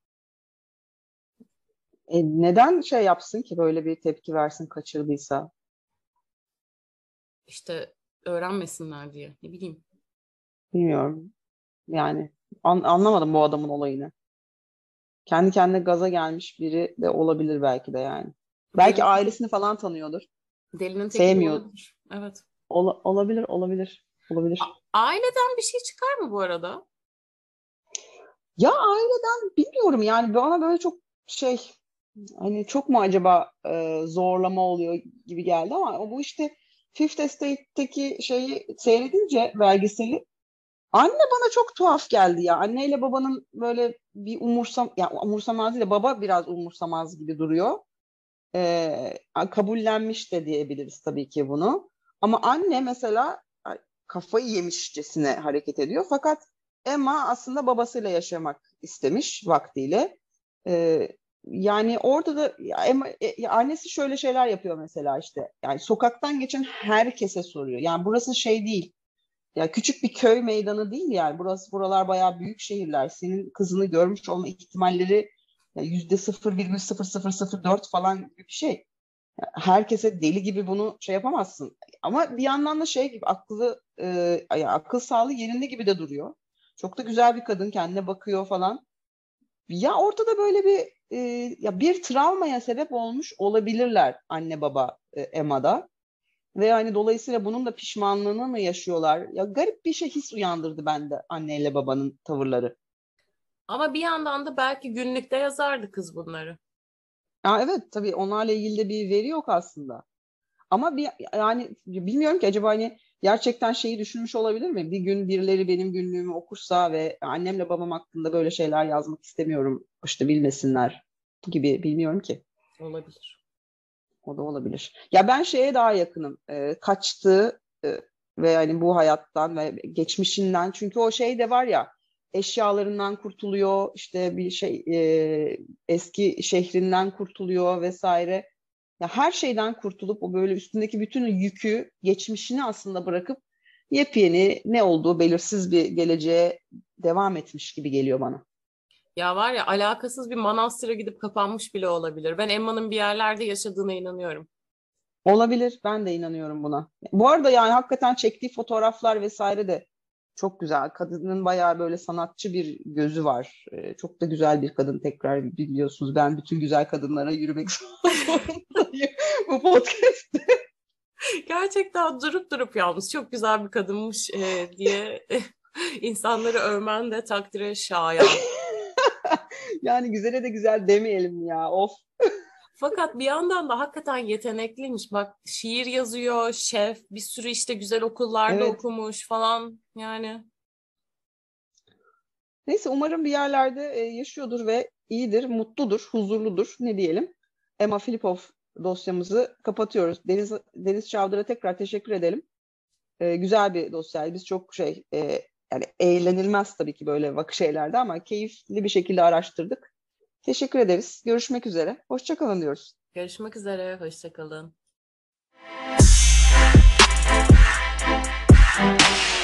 E, neden şey yapsın ki böyle bir tepki versin kaçırdıysa? İşte öğrenmesinler diye. Ne bileyim. Bilmiyorum. Yani an, anlamadım bu adamın olayını. Kendi kendine gaza gelmiş biri de olabilir belki de yani. Belki Delinin, ailesini falan tanıyordur. delinin teki Sevmiyor. olabilir. Evet. Ola, olabilir, olabilir, olabilir. A- aileden bir şey çıkar mı bu arada? Ya aileden bilmiyorum yani bana böyle çok şey hani çok mu acaba e, zorlama oluyor gibi geldi ama bu işte Fifth Estate'teki şeyi seyredince belgeseli anne bana çok tuhaf geldi ya. Anneyle babanın böyle bir umursam ya umursamaz değil de baba biraz umursamaz gibi duruyor. Ee, kabullenmiş de diyebiliriz tabii ki bunu. Ama anne mesela kafayı yemişçesine hareket ediyor. Fakat Emma aslında babasıyla yaşamak istemiş vaktiyle. Ee, yani orada da ya Emma, e, annesi şöyle şeyler yapıyor mesela işte. Yani sokaktan geçen herkese soruyor. Yani burası şey değil. Ya küçük bir köy meydanı değil yani. Burası buralar bayağı büyük şehirler. Senin kızını görmüş olma ihtimalleri yüzde sıfır virgül sıfır sıfır sıfır dört falan gibi bir şey. Herkese deli gibi bunu şey yapamazsın. Ama bir yandan da şey gibi aklı e, yani akıl sağlığı yerinde gibi de duruyor. Çok da güzel bir kadın kendine bakıyor falan. Ya ortada böyle bir e, ya bir travmaya sebep olmuş olabilirler anne baba e, Emma'da. Ve yani dolayısıyla bunun da pişmanlığını mı yaşıyorlar? Ya garip bir şey his uyandırdı bende anneyle babanın tavırları. Ama bir yandan da belki günlükte yazardı kız bunları. Ya evet tabii onlarla ilgili de bir veri yok aslında. Ama bir yani bilmiyorum ki acaba hani gerçekten şeyi düşünmüş olabilir mi? Bir gün birileri benim günlüğümü okursa ve annemle babam hakkında böyle şeyler yazmak istemiyorum işte bilmesinler gibi bilmiyorum ki. Olabilir. O da olabilir. Ya ben şeye daha yakınım. E, kaçtığı e, ve hani bu hayattan ve geçmişinden çünkü o şey de var ya eşyalarından kurtuluyor işte bir şey e, eski şehrinden kurtuluyor vesaire. Ya her şeyden kurtulup o böyle üstündeki bütün yükü geçmişini aslında bırakıp yepyeni ne olduğu belirsiz bir geleceğe devam etmiş gibi geliyor bana. Ya var ya alakasız bir manastıra gidip kapanmış bile olabilir. Ben Emma'nın bir yerlerde yaşadığına inanıyorum. Olabilir. Ben de inanıyorum buna. Bu arada yani hakikaten çektiği fotoğraflar vesaire de çok güzel. Kadının bayağı böyle sanatçı bir gözü var. Ee, çok da güzel bir kadın tekrar biliyorsunuz. Ben bütün güzel kadınlara yürümek zorundayım bu podcast'te. Gerçekten durup durup yalnız çok güzel bir kadınmış e, diye insanları övmen de takdire şayan. Yani güzele de güzel demeyelim ya. Of. Fakat bir yandan da hakikaten yetenekliymiş. Bak şiir yazıyor, şef, bir sürü işte güzel okullarda Evet. okumuş falan yani. Neyse umarım bir yerlerde e, yaşıyordur ve iyidir, mutludur, huzurludur. Ne diyelim? Emma Filipov dosyamızı kapatıyoruz. Deniz Deniz Çavdar'a tekrar teşekkür edelim. E, güzel bir dosyaydı. Biz çok şey e, yani eğlenilmez tabii ki böyle vak şeylerde ama keyifli bir şekilde araştırdık. Teşekkür ederiz. Görüşmek üzere. Hoşça kalın diyoruz. Görüşmek üzere, hoşça kalın.